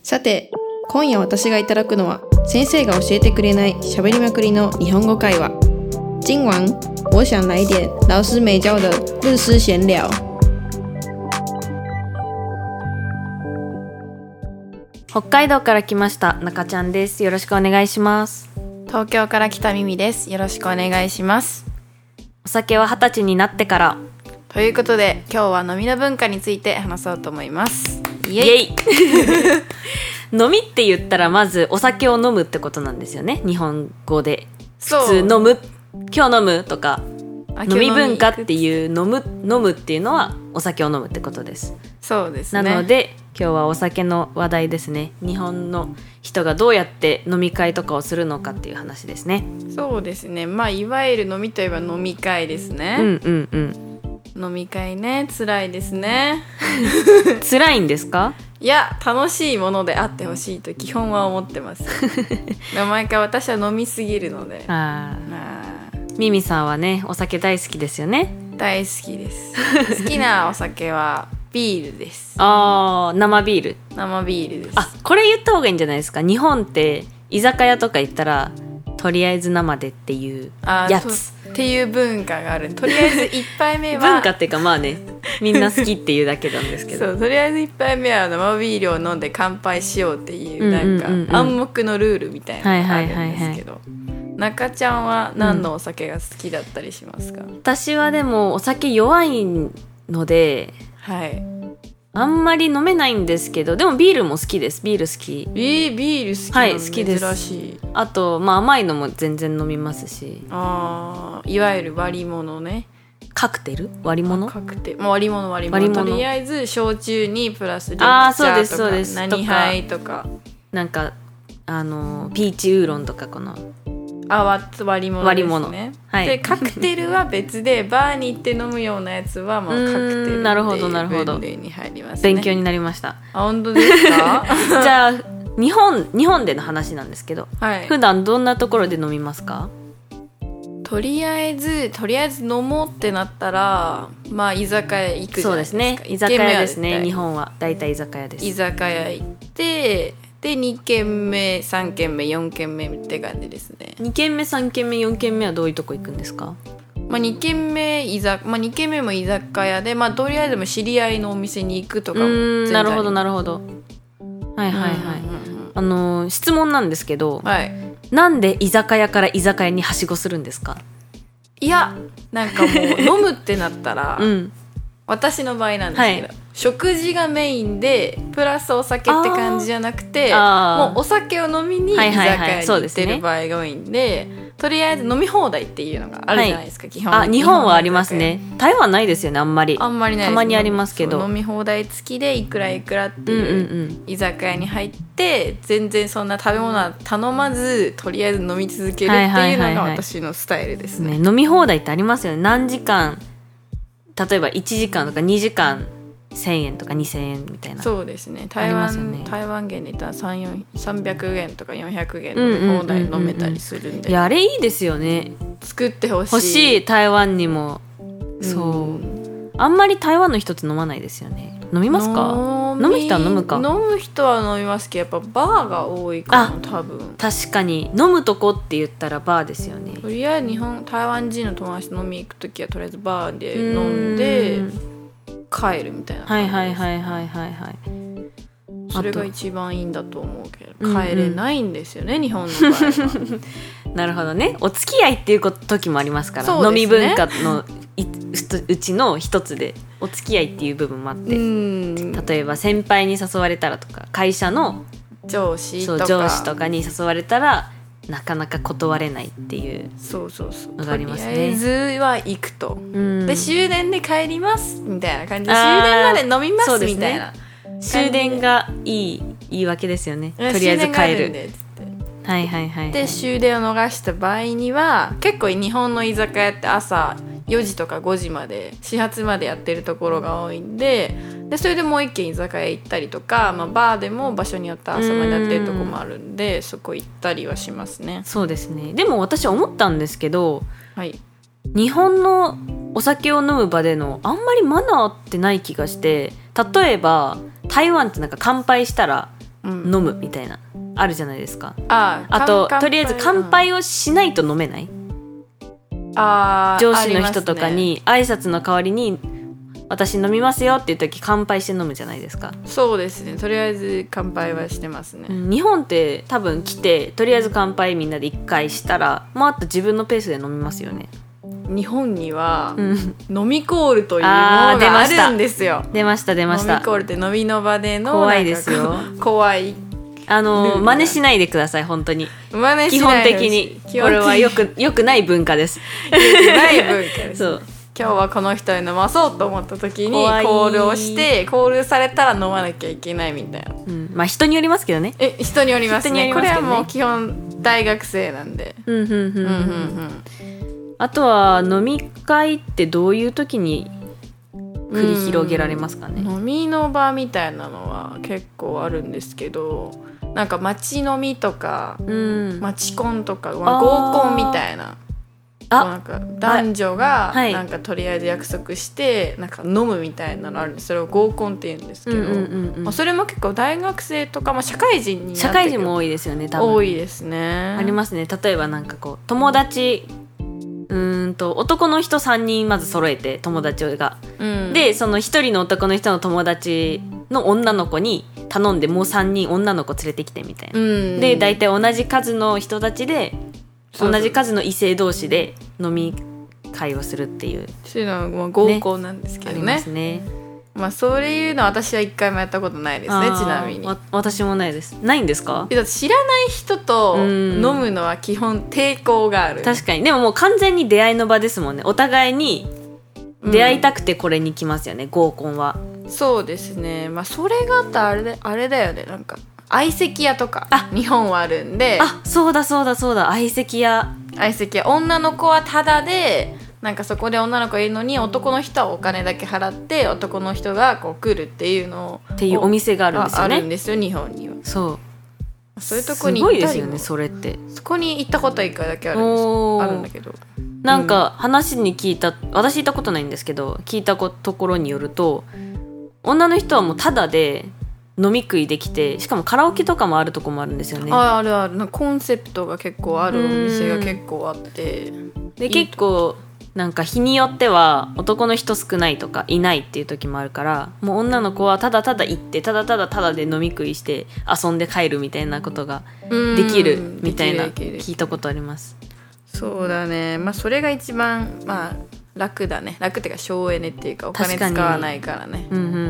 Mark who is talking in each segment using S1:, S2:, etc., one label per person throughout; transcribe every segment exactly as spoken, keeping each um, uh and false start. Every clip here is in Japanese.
S1: さて、今夜私がいただくのは先生が教えてくれない喋りまくりの日本語会話。今晚我想来点老師沒教的日式閒聊。
S2: 北海道から来ました中ちゃんです。よろしくお願いします。
S3: 東京から来たミミです。よろしくお願いします。
S2: お酒は二十歳になってから
S3: ということで、今日は飲みの文化について話そうと思います。
S2: イエイ飲みって言ったらまずお酒を飲むってことなんですよね、日本語で。普通飲む、今日飲むとか飲み文化っていう飲む飲むっていうのはお酒を飲むってことです。
S3: そうですね。
S2: なので今日はお酒の話題ですね。日本の人がどうやって飲み会とかをするのかっていう話ですね。
S3: そうですね。まあいわゆる飲みといえば飲み会ですね。
S2: うんうんうん。
S3: 飲み会ね、辛いですね。
S2: 辛いんですか？
S3: いや、楽しいものであってほしいと基本は思ってます。毎回私は飲みすぎるので。
S2: あ
S3: あ、
S2: ミミさんはね、お酒大好きですよね。
S3: 大好きです。好きなお酒はビールです。
S2: あー、生ビール。
S3: 生ビールです。
S2: あ、これ言った方がいいんじゃないですか。日本って居酒屋とか行ったらとりあえず生でっていうやつ
S3: っていう文化がある。とりあえず一杯目は
S2: 文化っていうかまあね、みんな好きっていうだけなんですけど
S3: そう、とりあえず一杯目は生ビールを飲んで乾杯しようっていうなんか、うんうんうんうん、暗黙のルールみたいなのがあるんですけど、はいはいはいはい、中ちゃんは何のお酒が好きだったりしますか？うん、
S2: 私はでもお酒弱いので、
S3: はい、
S2: あんまり飲めないんですけど、でもビールも好きです。ビール好き。
S3: えー、ビール好きなの、はい、
S2: 好きです。
S3: 珍しい。
S2: あと、まあ、甘いのも全然飲みますし。
S3: あ、いわゆる割り物ね。
S2: カクテル？割り物？
S3: カクテル、まあ、割り物割り物。割り物。とりあえず焼酎にプラス緑茶とか何杯とか。
S2: なんかあのピーチウーロンとかこの。
S3: あ、割り物ですね。割り物、はい、でカクテルは別でバーに行って飲むようなやつはもうカクテルっていう分類に入りますね。
S2: 勉強になりました。
S3: あ、本当ですか？
S2: じゃあ日本日本での話なんですけど、
S3: はい、
S2: 普段どんなところで飲みますか？
S3: とりあえずとりあえず飲もうってなったら、まあ居酒屋行くじゃないですか。
S2: そうですね、居酒屋ですね。日本はだいたい居酒屋です。
S3: 居酒屋行ってでに軒目さん軒目よん軒目って感じですね。
S2: に軒目さん軒目よん軒目はどういうとこ行くんですか？
S3: まあ、に軒目居酒、まあ、に軒目も居酒屋で、まあ、とりあえずも知り合いのお店に行くとかも全然。
S2: なるほどなるほど。はいはいはい、うんうんうん、あの質問なんですけど、
S3: はい、
S2: なんで居酒屋から居酒屋にはしごするんですか？
S3: いや、なんかもう飲むってなったら、うん、私の場合なんですけど、はい、食事がメインでプラスお酒って感じじゃなくて、もうお酒を飲みに居酒屋に行ってる場合が多いんで、はいはいはい、とりあえず飲み放題っていうのがあるじゃないですか、はい、基本。
S2: あ、日本はありますね。台湾ないですよね、あんまり。
S3: あんまりないですね。
S2: たまにありますけど、
S3: 飲み放題付きでいくらいくらっていう居酒屋に入って、全然そんな食べ物は頼まずとりあえず飲み続けるっていうのが私のスタイルですね。
S2: ね、飲み放題ってありますよね。何時間、例えばいちじかんとかにじかんせんえんとかにせんえんみたいな。
S3: そうですね。台湾、ね、台湾元で言ったらさんびゃくえんとかよんひゃくえんの放題飲めたりするんで、うんうんうんうん、
S2: いや、あれいいですよね。
S3: 作ってほしい。
S2: 欲しい、台湾にも。そう、うん、あんまり台湾の人って飲まないですよね。飲みますか？飲む人は飲むか。
S3: 飲む人は飲みますけど、やっぱバーが多いかも。多分
S2: 確かに飲むとこって言ったらバーですよね。
S3: とりあえず日本台湾人の友達と飲み行くときはとりあえずバーで飲んで帰るみたいな感じです。
S2: はいはいはいはいはいはい。
S3: それが一番いいんだと思うけど、帰れないんですよね、うんうん、日本の場合は。
S2: なるほどね。お付き合いっていう時もありますから、ね、飲み文化のうちの一つでお付き合いっていう部分もあって、うん、例えば先輩に誘われたらとか、会社の
S3: 上司とか、
S2: そう上司とかに誘われたらなかなか断れないっていうのがありますね。
S3: とりあえずは行くと、うん、で終電で帰りますみたいな感じで、終電まで飲みますみたいな、
S2: 終電がいい言い訳ですよね。とりあえず帰る。はいはいはい、はい、
S3: で終電を逃した場合には結構日本の居酒屋って朝よじとかごじまで始発までやってるところが多いんで、でそれでもう一軒居酒屋行ったりとか、まあ、バーでも場所によって朝までやってるとこもあるんで、そこ行ったりはしますね。
S2: そうですね。でも私思ったんですけど、
S3: はい、
S2: 日本のお酒を飲む場でのあんまりマナーってない気がして、例えば台湾ってなんか乾杯したら飲むみたいな、うん、あるじゃないですか。
S3: あ
S2: あととりあえず乾杯をしないと飲めない、うん、あ上司の人とかに挨拶の代わりに私飲みますよっていう時乾杯して飲むじゃないですか。
S3: そうですね、とりあえず乾杯はしてますね、
S2: うん、日本って多分来てとりあえず乾杯みんなでいっかいしたらもうあと自分のペースで飲みますよね。
S3: 日本には、うん、飲みコールというものがあるんですよ。
S2: 出ました出ました。
S3: 飲みコールって飲みの場での
S2: 怖いですよ
S3: 怖い
S2: あの真似しないでください本当に。
S3: 真似しない
S2: 基本的にこれはよくよくない文化です。
S3: よくない文化です
S2: そう
S3: 今日はこの人に飲まそうと思った時にコールをしてコールされたら飲まなきゃいけないみたいな、
S2: うん、まあ人によりますけどね。
S3: え人によります ね, ねこれはもう基本大学生なんで。
S2: あとは飲み会ってどういう時に繰り広げられますかね。
S3: 飲みの場みたいなのは結構あるんですけど、なんか街飲みとか、うん、街コンとか、まあ、合コンみたいな、なんか男女がなんかとりあえず約束してなんか飲むみたいなのあるんで、それを合コンって言うんですけど、うんうんうんうん、まあ、それも結構大学生とか、まあ、社会人になって
S2: 社会人も多いですよね多分。
S3: 多いですね。
S2: ありますね。例えばなんかこう友達うーんと男の人さんにんまず揃えて友達が、うん、でそのひとりの男の人の友達の女の子に頼んでもうさんにん女の子連れてきてみたいな、うん、で大体同じ数の人たちで同じ数の異性同士で飲み会をするっていう
S3: そういうのは合コンなんですけど ね, ねありますね。まあそういうのは私は一回もやったことないですね。ちなみに
S2: 私もないです。ないんですか。
S3: だって知らない人と飲むのは基本抵抗がある。
S2: 確かに。でももう完全に出会いの場ですもんね。お互いに出会いたくてこれに来ますよね、うん、合コンは。
S3: そうですね。まあそれがあったらあれであれだよね、なんか相席屋とか日本はあるんで。
S2: あ、そうだそうだそうだ、相席屋
S3: 相席屋、女の子はタダでなんかそこで女の子がいるのに男の人はお金だけ払って男の人がこう来るっていうのを
S2: っていうお店があるんですよね。
S3: あるんですよ日本には。
S2: そう
S3: そういうとこに行ったりも
S2: すごいですよねそれって。
S3: そこに行ったことはいっかいだけあるんですよ。あるんだけど
S2: なんか話に聞いた、私行ったことないんですけど聞いたところによると女の人はもうタダで飲み食いできて、しかもカラオケとかもあるとこもあるんですよね。
S3: ああるある、なんかコンセプトが結構あるお店が結構あって、
S2: で結構なんか日によっては男の人少ないとかいないっていう時もあるから、もう女の子はただただ行ってただただただで飲み食いして遊んで帰るみたいなことができるみたいな聞いたことあります。
S3: そうだね、まあそれが一番まあ楽だね。楽っていうか省エネっていうかお金使わないからね。
S2: うんうんうんうん、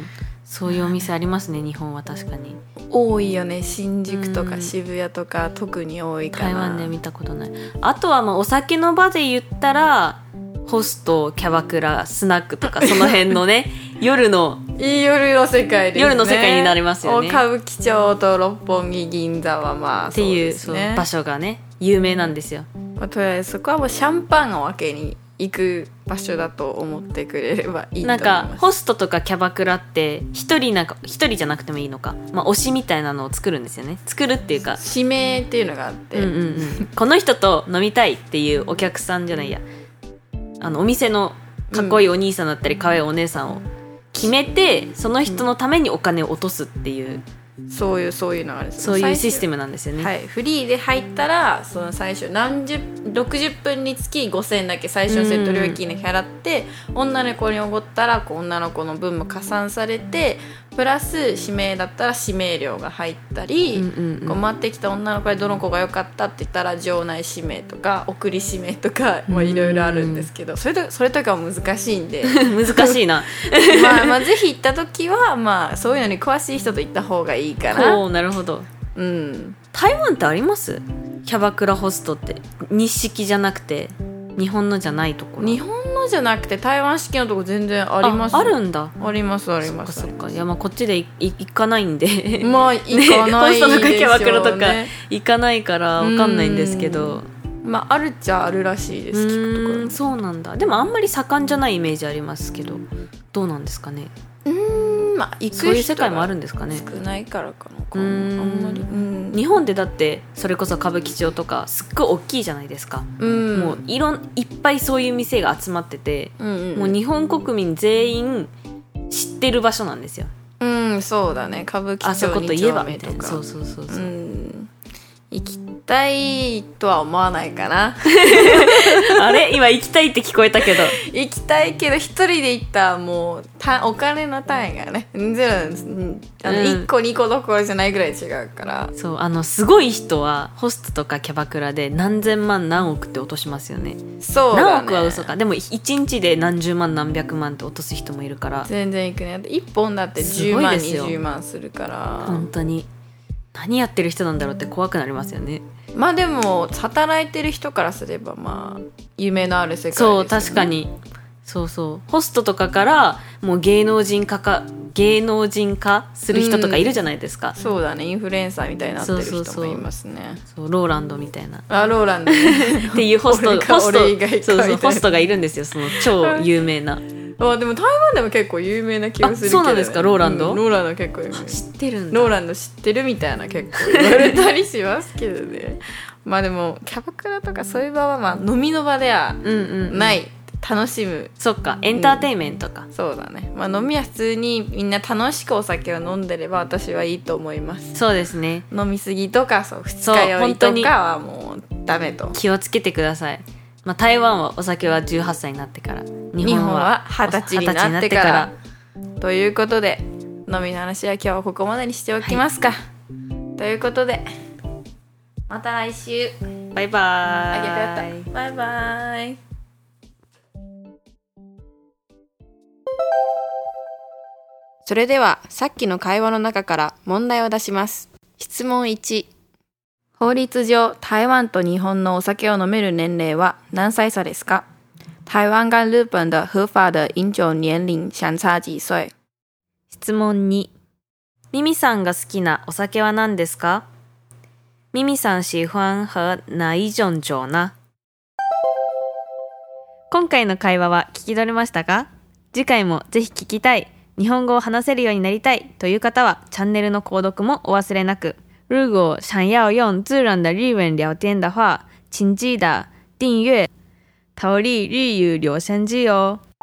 S2: そういうお店ありますね日本は。確かに
S3: 多いよね。新宿とか渋谷とか特に多いかな。
S2: 台湾で見たことない。あとはまあお酒の場で言ったらホスト、キャバクラ、スナックとかその辺のね夜の
S3: いい夜の世界ですね。
S2: 夜の世界になりますよね。
S3: 歌舞伎町と六本木、銀座はまあそうですね、
S2: っていうそう場所がね有名なんですよ。
S3: まあ、とりあえずそこはもうシャンパンを分けに行く場所だと思ってくれればいいと思います。
S2: なんかホストとかキャバクラって一人なんか一人じゃなくてもいいのか、まあ、推しみたいなのを作るんですよね。作るっていうか
S3: 指名っていうのがあって、うんうんうん、
S2: この人と飲みたいっていうお客さんじゃないやあのお店のかっこいいお兄さんだったりかわいいお姉さんを決めて、その人のためにお金を落とすっていう、
S3: うん、そういうそういうのがあるんです。
S2: そういうシステムなんですよね。
S3: はい、フリーで入ったらその最初何十ろくじゅっぷんにつきごせんえんだけ最初のセット料金で払って、女の子におごったらこう女の子の分も加算されてプラス指名だったら指名料が入ったり、うんうんうん、こう回ってきた女の子でどの子が良かったって言ったら場内指名とか送り指名とかいろいろあるんですけど、それとそれとかは難しいんで
S2: 難しいな
S3: まあまあぜひ行った時はまあそういうのに詳しい人と行った方がいいかな。
S2: おーなるほど、
S3: うん、
S2: 台湾ってあります？キャバクラホストって日式じゃなくて日本のじゃないところ。
S3: 日本のじゃなくて台湾式のとこ全然あります。
S2: あ, あるんだ。
S3: ありますあります。
S2: そっかそっか。いやまあこっちで行かないんで
S3: まあ行かないでしょうね。
S2: ホストとかキャバクラとか行かないから分かんないんですけど、
S3: まああるっちゃあるらしいです。聞くところ。
S2: そうなんだ。でもあんまり盛んじゃないイメージありますけどどうなんですかね。
S3: うーん、まあ、行く人
S2: そういう世界もあるんですかね。
S3: 少ないからかな。うーん、あんまり、うん、
S2: 日本でだってそれこそ歌舞伎町とかすっごい大きいじゃないですか、うん、もういろんいっぱいそういう店が集まってて、うんうん、もう日本国民全員知ってる場所なんですよ。
S3: うんそうだね、歌舞伎町に丁目とか、
S2: そうそうそうそう、うん、
S3: 行きたいとは思わないかな
S2: あれ今行きたいって聞こえたけど
S3: 行きたいけど一人で行ったらもうたお金の単位がね全然あの、うん、いっこにこどころじゃないぐらい違うから。
S2: そう、あのすごい人はホストとかキャバクラで何千万何億って落としますよね。
S3: そうだね、
S2: 何億は嘘か、でもいちにちで何十万何百万って落とす人もいるから。
S3: 全然いくね。いっぽんだってじゅうまんにじゅうまんするから、
S2: 本当に何やってる人なんだろうって怖くなりますよね。
S3: まあでも働いてる人からすればまあ夢のある世界です
S2: よね。そう確かに、そうそうホストとかからもう芸能人化か芸能人化する人とかいるじゃないですか、うん、
S3: そうだね、インフルエンサーみたいになってる人もいますね。
S2: そうそうそう、ローランドみたいな、
S3: あローランド、ね、
S2: っていうホストホストそうそうホストがいるんですよ、その超有名な
S3: あでも台湾でも結構有名な気がするけど、ね、
S2: そうなんですか、ローランド、
S3: うん、ローランド結構有名、
S2: 知ってるんだ、
S3: ローランド知ってるみたいな結構言われたりしますけどねまあでもキャバクラとかそういう場はまあ飲みの場ではない、うんうんうん、楽しむ、
S2: そっかエンターテインメントか、
S3: うん、そうだね、まあ、飲みは普通にみんな楽しくお酒を飲んでれば私はいいと思います。
S2: そうですね、
S3: 飲みすぎとかそう二日酔いとかはもうダメと
S2: 気をつけてください。まあ、台湾はお酒はじゅうはっさいになってから、
S3: 日本ははたちになってからということで、飲みの話は今日はここまでにしておきますか、はい、ということでまた来週、
S2: バイバーイ。
S3: あげたやった、バイバイ。
S1: それではさっきの会話の中から問題を出します。質問いち、
S3: 法律上台湾と日本のお酒を飲める年齢は何歳差ですか？台湾跟日本的合法的飲酒年齡相差幾歲？
S2: 質問に、ミミさんが好きなお酒は何ですか？ミミさん喜歡喝哪一種酒呢？今回の会話は聞き取れましたか？次回もぜひ聞きたい、日本語を話せるようになりたいという方はチャンネルの購読もお忘れなく。如果想要用自然的日文聊天的话，请记得订阅逃离日语留声机哦。